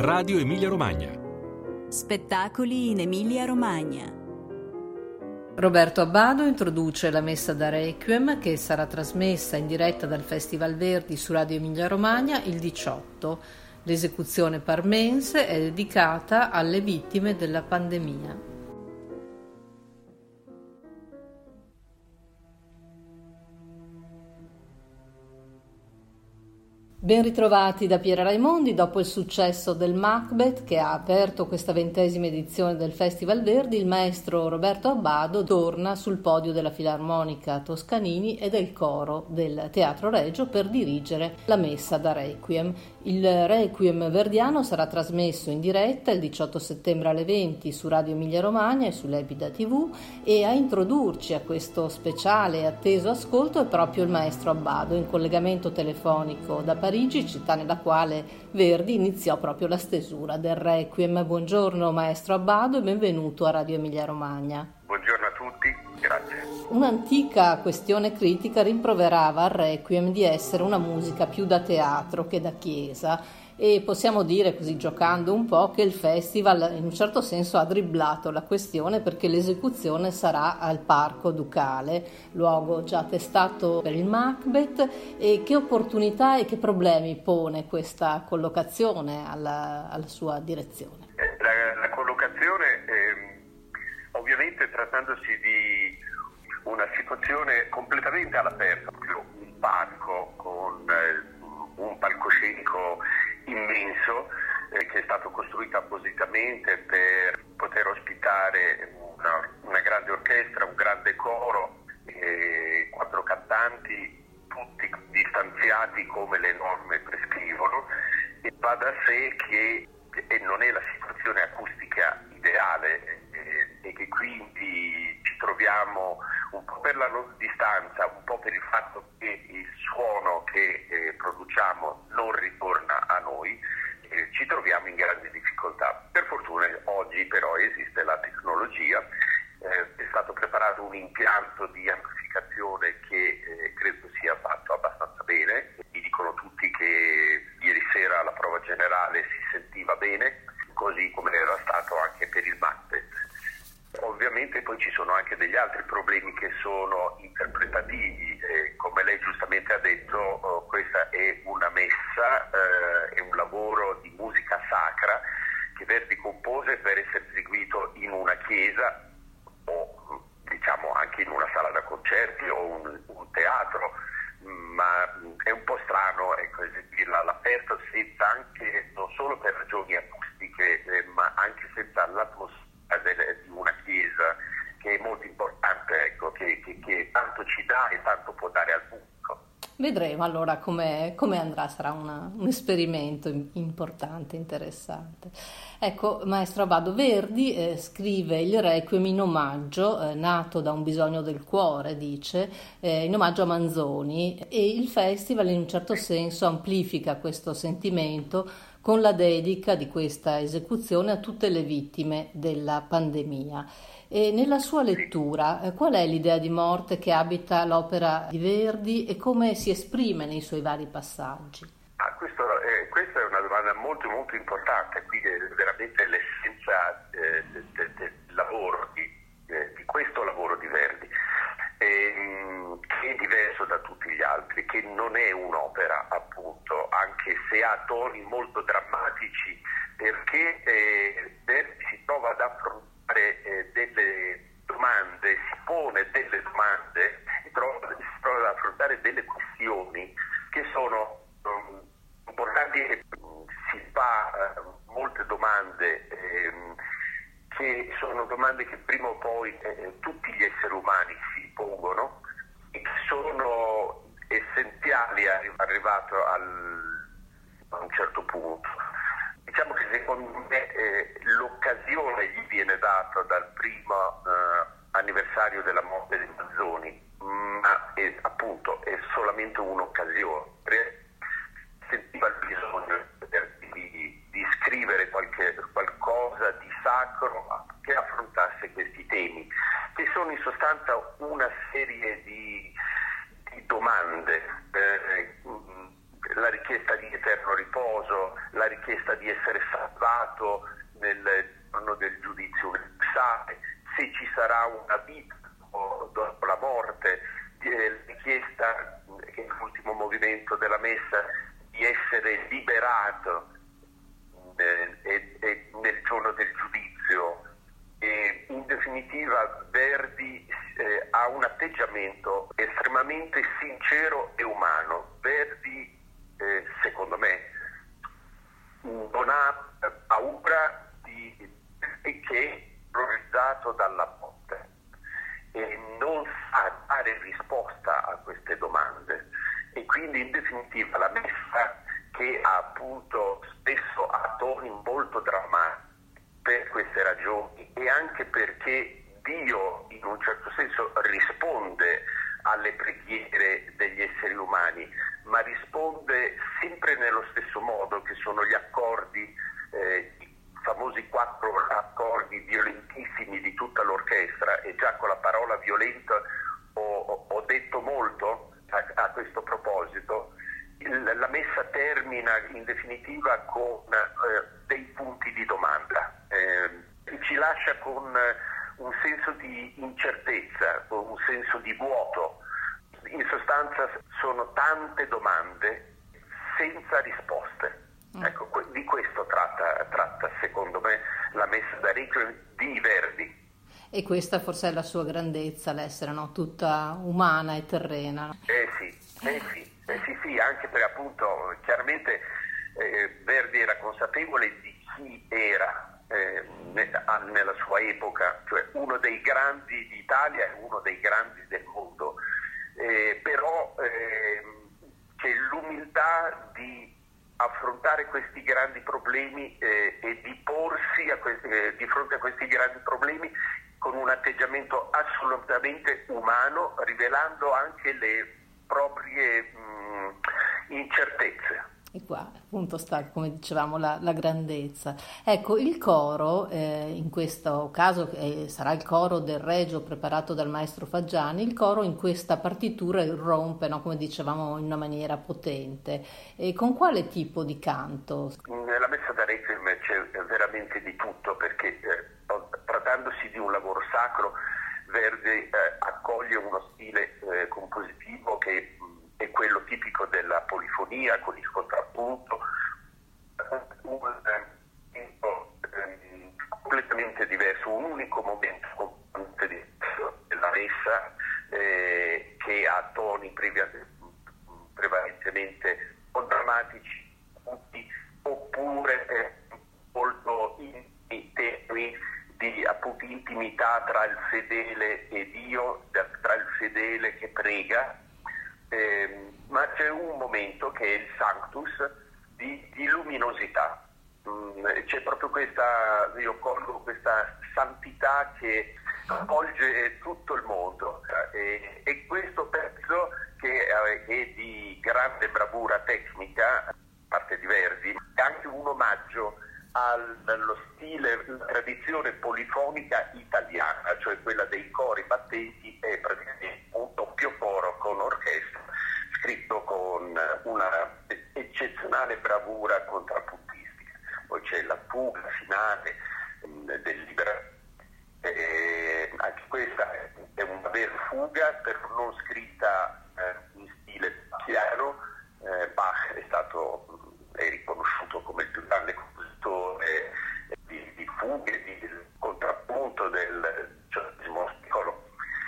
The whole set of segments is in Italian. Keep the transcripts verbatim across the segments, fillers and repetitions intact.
Radio Emilia Romagna. Spettacoli in Emilia Romagna. Roberto Abbado introduce la messa da Requiem, che sarà trasmessa in diretta dal Festival Verdi su Radio Emilia Romagna il diciotto. L'esecuzione parmense è dedicata alle vittime della pandemia. Ben ritrovati da Piera Raimondi. Dopo il successo del Macbeth, che ha aperto questa ventesima edizione del Festival Verdi, il maestro Roberto Abbado torna sul podio della Filarmonica Toscanini e del coro del Teatro Regio per dirigere la messa da Requiem. Il Requiem verdiano sarà trasmesso in diretta il diciotto settembre alle venti su Radio Emilia Romagna e sull'Epida tivù, e a introdurci a questo speciale e atteso ascolto è proprio il maestro Abbado, in collegamento telefonico da Parigi, città nella quale Verdi iniziò proprio la stesura del Requiem. Buongiorno maestro Abbado e benvenuto a Radio Emilia Romagna. Buongiorno a tutti, grazie. Un'antica questione critica rimproverava al Requiem di essere una musica più da teatro che da chiesa, e possiamo dire, così giocando un po', che il festival in un certo senso ha dribblato la questione, perché l'esecuzione sarà al Parco Ducale, luogo già testato per il Macbeth. E che opportunità e che problemi pone questa collocazione alla, alla sua direzione? La, la collocazione, eh, ovviamente trattandosi di una situazione completamente all'aperto, proprio un parco con eh, un palcoscenico immenso eh, che è stato costruito appositamente per poter ospitare una, una grande orchestra, un grande coro, eh, quattro cantanti, tutti distanziati come le norme prescrivono, e va da sé che e non è la situazione acustica ideale eh, e che quindi ci troviamo un po' per la distanza, un po' per il fatto che il suono che eh, produciamo non ritorna a noi, eh, ci troviamo in grande difficoltà. Per fortuna oggi però esiste la tecnologia, eh, è stato preparato un impianto di amplificazione che eh, credo sia fatto abbastanza bene. Mi dicono tutti che ieri sera alla prova generale si sentiva bene, così come era stato anche per il Macbeth. Ovviamente poi ci sono anche degli altri problemi che sono interpretativi, eh, come lei giustamente ha detto, oh, questa è una messa, eh, è un lavoro di musica sacra che Verdi compose per essere eseguito in una chiesa o diciamo anche in una sala da concerti o un, un teatro, ma è un po' strano ecco, eseguirla all'aperto senza anche, non solo per ragioni acustiche, eh, ma anche senza l'atmosfera di una chiesa, che è molto importante, ecco, che, che, che tanto ci dà e tanto può dare al pubblico. Vedremo allora come andrà, sarà una, un esperimento importante, interessante. Ecco, maestro Abbado, Verdi eh, scrive il Requiem in omaggio, eh, nato da un bisogno del cuore, dice, eh, in omaggio a Manzoni, e il festival in un certo senso amplifica questo sentimento con la dedica di questa esecuzione a tutte le vittime della pandemia. E nella sua lettura, eh, qual è l'idea di morte che abita l'opera di Verdi e come si esprime nei suoi vari passaggi? Ah, questo, eh, questa è una domanda molto molto importante, qui è veramente l'essenza eh, del, del, del lavoro, di, eh, di questo lavoro di Verdi, ehm, che è diverso da tutti gli altri, che non è un'opera appunto, anche se ha toni molto drammatici, perché eh, Verdi si trova ad affrontare eh, delle domande, si pone delle domande, si trova, si trova ad affrontare delle questioni che sono um, importanti, e si fa uh, molte domande eh, che sono domande che prima o poi eh, tutti gli esseri umani si pongono e che sono essenziali arrivato al, a un certo punto. Diciamo che secondo me eh, l'occasione gli viene data dal primo eh, anniversario della morte di Manzoni, ma è, appunto è solamente un'occasione. Sentiva il bisogno di, di scrivere qualche, qualcosa di sacro che affrontasse questi temi, che sono in sostanza una serie di, di domande, eh, la richiesta di eterno riposo, sposo, la richiesta di essere salvato nel giorno del giudizio universale, se ci sarà una vita dopo la morte, la richiesta, che è l'ultimo movimento della messa, di essere liberato eh, e, e nel giorno del giudizio. E in definitiva Verdi eh, ha un atteggiamento estremamente sincero e umano. Verdi, eh, secondo me, non ha paura di che è terrorizzato dalla morte e non sa dare risposta a queste domande, e quindi in definitiva la messa, che ha appunto spesso ha toni molto drammatici per queste ragioni, e anche perché Dio in un certo senso risponde alle preghiere degli esseri umani, ma risponde sempre nello stesso modo, che sono gli accordi, eh, i famosi quattro accordi violentissimi di tutta l'orchestra, e già con la parola violento ho, ho, ho detto molto a, a questo proposito. Il, la messa termina in definitiva con eh, dei punti di domanda, eh, ci lascia con eh, un senso di incertezza, con un senso di vuoto. In sostanza sono tante domande senza risposte. Mm. Ecco, di questo tratta, tratta secondo me la messa da Requiem di Verdi. E questa forse è la sua grandezza, l'essere, no? Tutta umana e terrena. Eh sì, eh sì, eh sì, sì, anche perché appunto chiaramente eh, Verdi era consapevole di chi era eh, nella sua epoca, cioè uno dei grandi d'Italia e uno dei grandi del mondo, eh, però eh, c'è l'umiltà di affrontare questi grandi problemi eh, e di porsi a que- eh, di fronte a questi grandi problemi con un atteggiamento assolutamente umano, rivelando anche le proprie mh, incertezze. E qua appunto sta, come dicevamo, la, la grandezza. Ecco, il coro, eh, in questo caso eh, sarà il coro del Regio preparato dal maestro Faggiani, il coro in questa partitura irrompe, no, come dicevamo, in una maniera potente. E con quale tipo di canto? Nella messa da Requiem c'è veramente di tutto, perché eh, trattandosi di un lavoro sacro, Verdi eh, accoglie uno stile eh, compositivo che è quello tipico della polifonia con il contrappunto, un momento eh, completamente diverso, un unico momento completamente diverso della messa eh, che ha toni previ- prevalentemente o drammatici oppure eh, molto intimi di appunto intimità tra il fedele e Dio, tra il fedele che prega. Eh, ma c'è un momento che è il Sanctus di, di luminosità, mm, c'è proprio questa, io colgo questa santità che avvolge tutto il mondo, e, e questo pezzo che eh, è di grande bravura tecnica, a parte di Verdi, è anche un omaggio allo stile, la tradizione polifonica italiana, cioè quella dei cori battenti e praticamente un doppio coro con orchestra, scritto con una eccezionale bravura contrappuntistica. Poi c'è la fuga finale mh, del libero, eh, anche questa è una vera fuga, però non scritta eh, in stile piano. eh, Bach è stato è riconosciuto come il più grande compositore di, di fughe, di, del contrappunto del diciottesimo secolo.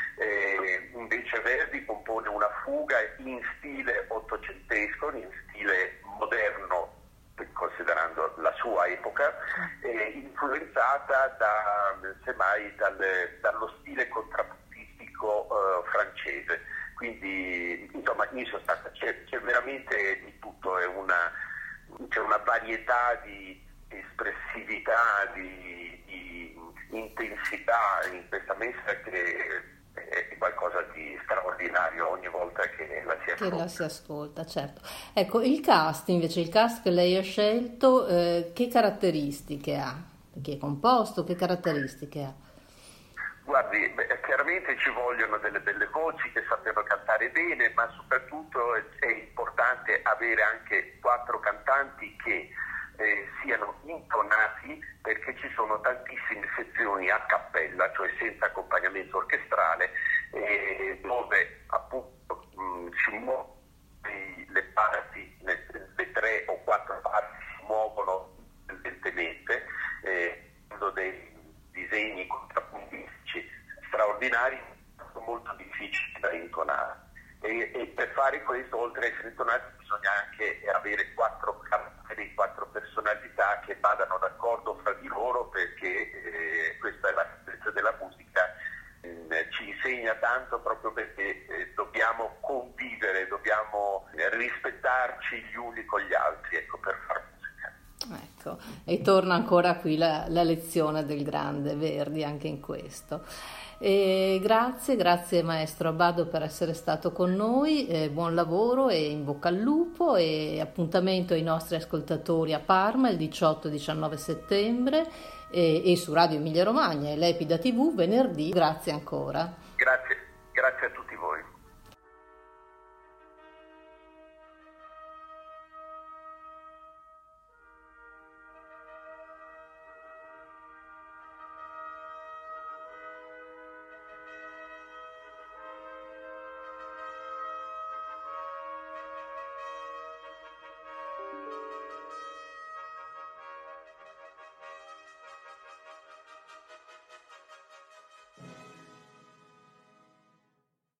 E invece Verdi compone una fuga in stile ottocentesco, in stile moderno, considerando la sua epoca, eh, influenzata da, semmai dal, dallo stile contrappuntistico eh, francese. Quindi insomma in sostanza c'è, c'è veramente di tutto, è una, c'è una varietà di espressività, di, di intensità in questa messa che è qualcosa di straordinario ogni volta che la si ascolta. Che la si ascolta, certo. Ecco, il cast invece, il cast che lei ha scelto, eh, che caratteristiche ha? Chi è composto, che caratteristiche ha? Guardi, beh, chiaramente ci vogliono delle belle voci che sappiano cantare bene, ma soprattutto è importante possibile avere anche quattro cantanti che eh, siano intonati, perché ci sono tantissime sezioni a cappella, cioè senza accompagnamento orchestrale, eh, dove appunto mh, si muovono le parti, le, le tre o quattro parti si muovono evidentemente, eh, dei disegni contrappuntistici straordinari, molto difficili da intonare, e, e per fare questo, oltre a essere intonati, bisogna anche avere quattro caratteri, quattro personalità che vadano d'accordo fra di loro, perché eh, questa è la bellezza della musica, eh, ci insegna tanto, proprio perché eh, dobbiamo convivere, dobbiamo rispettarci gli uni con gli altri, ecco, per fare musica. Ecco, e torna ancora qui la, la lezione del grande Verdi anche in questo. E grazie, grazie maestro Abbado per essere stato con noi, eh, buon lavoro e in bocca al lupo, e appuntamento ai nostri ascoltatori a Parma il diciotto e diciannove settembre e, e su Radio Emilia Romagna e Lepida tivù venerdì. Grazie ancora. Grazie.